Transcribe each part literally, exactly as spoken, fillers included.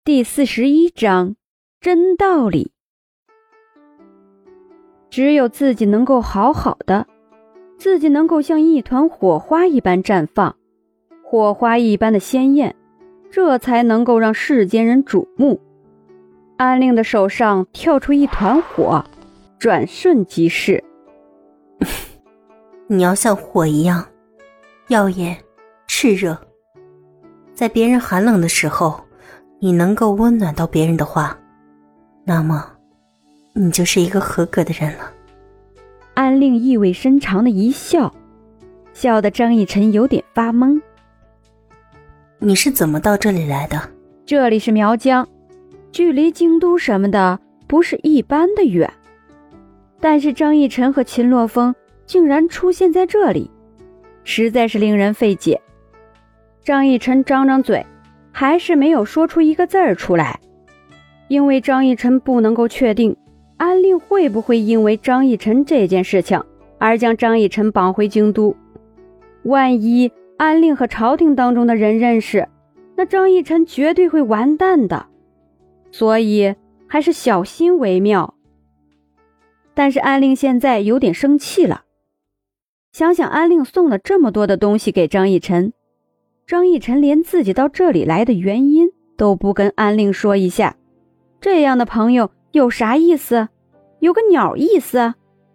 第四十一章，真道理。只有自己能够好好的，自己能够像一团火花一般绽放，火花一般的鲜艳，这才能够让世间人瞩目。安令的手上跳出一团火，转瞬即逝。 你要像火一样耀眼炽热，在别人寒冷的时候，你能够温暖到别人的话，那么你就是一个合格的人了。 安令意味深长的一笑，笑得张逸晨有点发懵。 你是怎么到这里来的？ 这里是苗疆，距离京都什么的不是一般的远，但是张逸晨和秦洛风竟然出现在这里，实在是令人费解。张逸晨张张嘴，还是没有说出一个字儿出来，因为张逸晨不能够确定安令会不会因为张逸晨这件事情而将张逸晨绑回京都。万一安令和朝廷当中的人认识，那张逸晨绝对会完蛋的，所以还是小心为妙。但是安令现在有点生气了，想想安令送了这么多的东西给张逸晨，张逸晨连自己到这里来的原因都不跟安令说一下，这样的朋友有啥意思？有个鸟意思？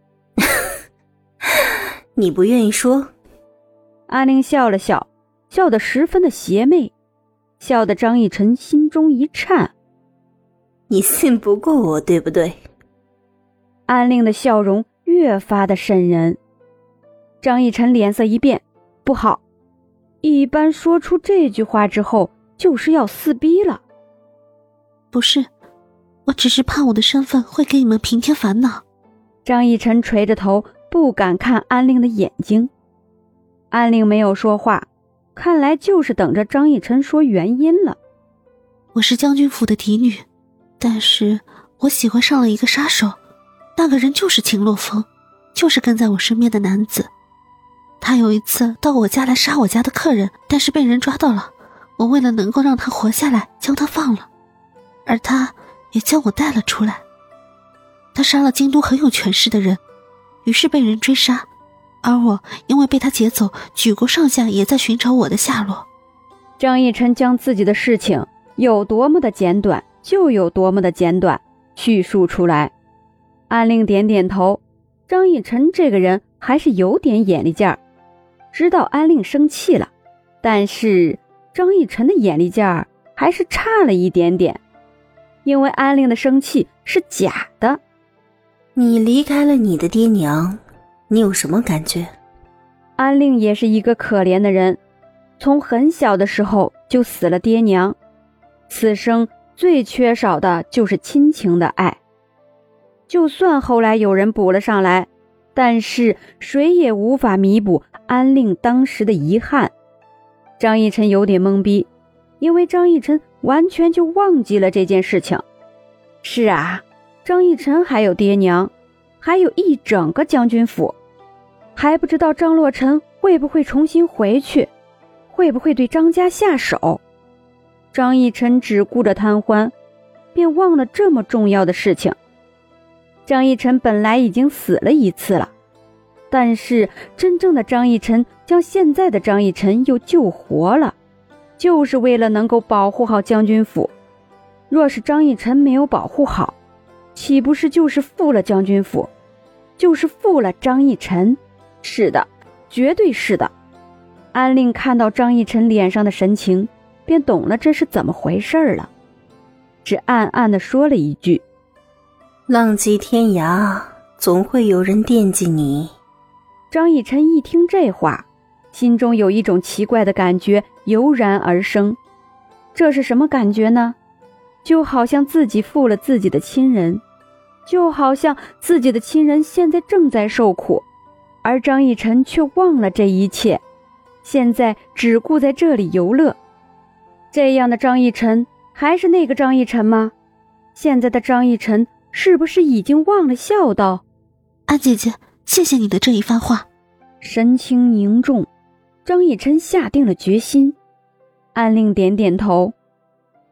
你不愿意说？ 安令笑了笑，笑得十分的邪魅，笑得张逸晨心中一颤。 你信不过我，对不对？ 安令的笑容越发的瘆人。张逸晨脸色一变，不好，一般说出这句话之后就是要撕逼了。 不是，我只是怕我的身份会给你们平添烦恼。 张逸晨垂着头，不敢看安令的眼睛。安令没有说话，看来就是等着张逸晨说原因了。 我是将军府的嫡女，但是我喜欢上了一个杀手，那个人就是秦洛风，就是跟在我身边的男子。他有一次到我家来杀我家的客人，但是被人抓到了，我为了能够让他活下来，将他放了，而他也将我带了出来。他杀了京都很有权势的人，于是被人追杀，而我因为被他劫走，举国上下也在寻找我的下落。 张逸晨将自己的事情有多么的简短就有多么的简短叙述出来。安令点点头，张逸晨这个人还是有点眼力劲儿，知道安令生气了，但是张逸晨的眼力劲儿还是差了一点点，因为安令的生气是假的。 你离开了你的爹娘，你有什么感觉？ 安令也是一个可怜的人，从很小的时候就死了爹娘，此生最缺少的就是亲情的爱。就算后来有人补了上来，但是谁也无法弥补安令当时的遗憾。张逸晨有点懵逼，因为张逸晨完全就忘记了这件事情。是啊，张逸晨还有爹娘，还有一整个将军府，还不知道张洛尘会不会重新回去，会不会对张家下手。张逸晨只顾着贪欢，便忘了这么重要的事情。张逸晨本来已经死了一次了，但是真正的张逸晨将现在的张逸晨又救活了，就是为了能够保护好将军府。若是张逸晨没有保护好，岂不是就是负了将军府，就是负了张逸晨？是的，绝对是的。安令看到张逸晨脸上的神情，便懂了这是怎么回事了，只暗暗地说了一句： 浪迹天涯，总会有人惦记你。 张逸晨一听这话，心中有一种奇怪的感觉油然而生。这是什么感觉呢？就好像自己负了自己的亲人，就好像自己的亲人现在正在受苦，而张逸晨却忘了这一切，现在只顾在这里游乐。这样的张逸晨还是那个张逸晨吗？现在的张逸晨是不是已经忘了孝道？ 安姐姐，谢谢你的这一番话。 神情凝重，张逸晨下定了决心。安令点点头。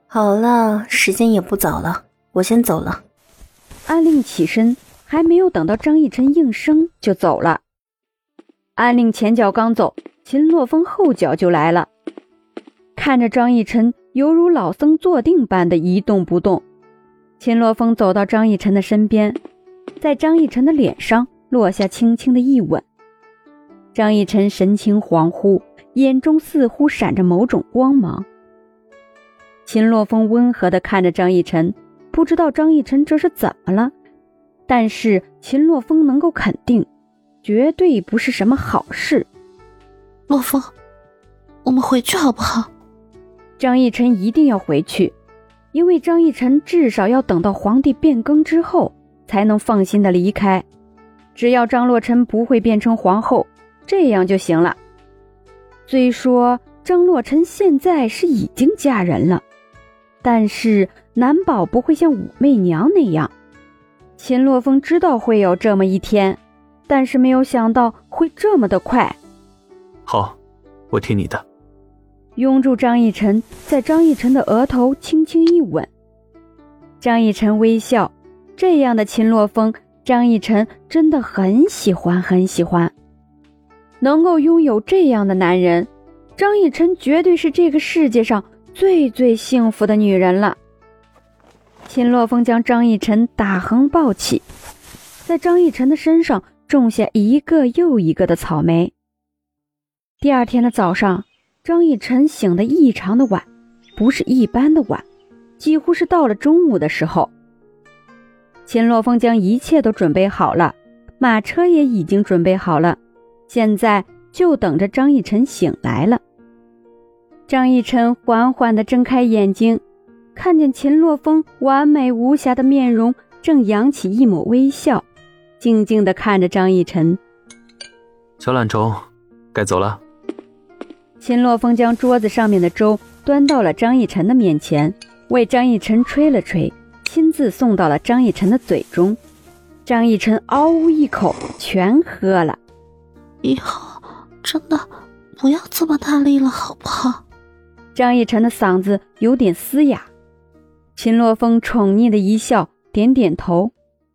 好了，时间也不早了，我先走了。 安令起身，还没有等到张逸晨应声就走了。安令前脚刚走，秦洛风后脚就来了。看着张逸晨犹如老僧坐定般的一动不动，秦洛风走到张逸晨的身边，在张逸晨的脸上落下轻轻的一吻。张逸晨神情恍惚，眼中似乎闪着某种光芒。秦洛风温和地看着张逸晨，不知道张逸晨这是怎么了，但是秦洛风能够肯定，绝对不是什么好事。 洛风，我们回去好不好？ 张逸晨一定要回去，因为张逸晨至少要等到皇帝变更之后才能放心的离开。只要张洛尘不会变成皇后，这样就行了。虽说张洛尘现在是已经嫁人了，但是难保不会像武媚娘那样。秦洛风知道会有这么一天，但是没有想到会这么的快。 好，我听你的。 拥住张逸晨，在张逸晨的额头轻轻一吻。张逸晨微笑，这样的秦洛风，张逸晨真的很喜欢很喜欢。能够拥有这样的男人，张逸晨绝对是这个世界上最最幸福的女人了。秦洛风将张逸晨打横抱起，在张逸晨的身上种下一个又一个的草莓。第二天的早上，张逸晨醒得异常的晚，不是一般的晚，几乎是到了中午的时候。秦洛风将一切都准备好了，马车也已经准备好了，现在就等着张逸晨醒来了。张逸晨缓缓地睁开眼睛，看见秦洛风完美无瑕的面容正扬起一抹微笑，静静地看着张逸晨。 小懒虫，该走了。 秦洛风将桌子上面的粥端到了张逸晨的面前，为张逸晨吹了吹，亲自送到了张逸晨的嘴中。张逸晨嗷呜一口全喝了。 以后真的不要这么大力了好不好？ 张逸晨的嗓子有点嘶哑。秦洛风宠溺的一笑，点点头。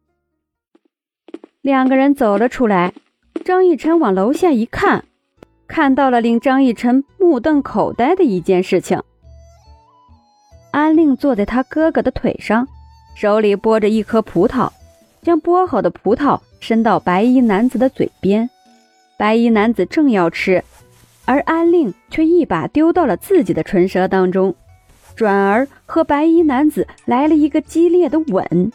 两个人走了出来，张逸晨往楼下一看，看到了令张逸晨目瞪口呆的一件事情。安令坐在他哥哥的腿上，手里剥着一颗葡萄，将剥好的葡萄伸到白衣男子的嘴边。白衣男子正要吃，而安令却一把丢到了自己的唇舌当中，转而和白衣男子来了一个激烈的吻。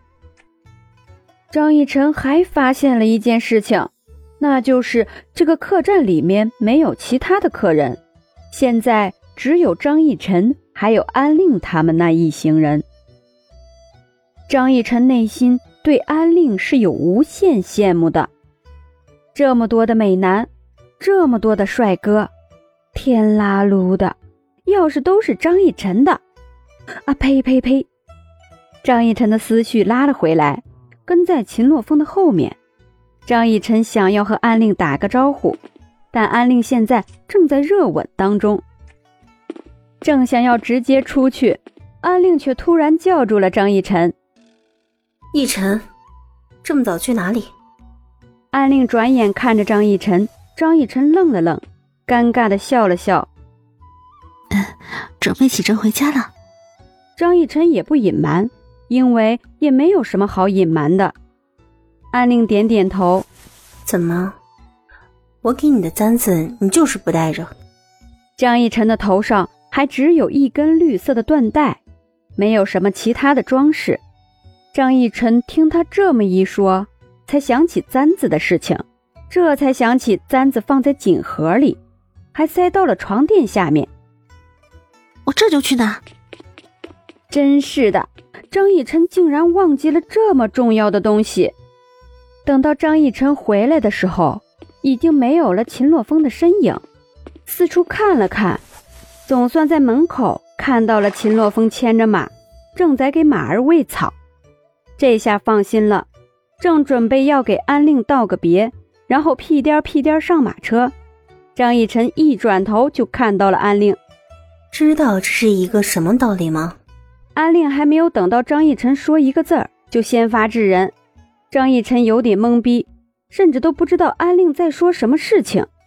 张逸晨还发现了一件事情，那就是这个客栈里面没有其他的客人，现在只有张逸晨还有安令他们那一行人。张逸晨内心对安令是有无限羡慕的，这么多的美男，这么多的帅哥，天啦噜的，要是都是张逸晨的，啊呸呸呸！张逸晨的思绪拉了回来，跟在秦洛风的后面。张逸晨想要和安令打个招呼，但安令现在正在热吻当中，正想要直接出去，安令却突然叫住了张逸晨。 逸晨，这么早去哪里？ 安令转眼看着张逸晨，张逸晨愣了愣，尴尬地笑了笑。 嗯，准备起身回家了。 张逸晨也不隐瞒，因为也没有什么好隐瞒的。安令点点头。 怎么，我给你的簪子你就是不戴着？ 张逸晨的头上还只有一根绿色的缎带，没有什么其他的装饰。张逸晨听他这么一说，才想起簪子的事情，这才想起簪子放在锦盒里，还塞到了床垫下面。 我这就去拿。 真是的，张逸晨竟然忘记了这么重要的东西。等到张逸晨回来的时候，已经没有了秦洛风的身影。四处看了看，总算在门口看到了秦洛风牵着马，正在给马儿喂草。这下放心了，正准备要给安令道个别，然后屁颠屁颠上马车。张逸晨一转头就看到了安令。 知道这是一个什么道理吗？ 安令还没有等到张逸晨说一个字儿，就先发制人。张逸晨有点懵逼，甚至都不知道安令在说什么事情。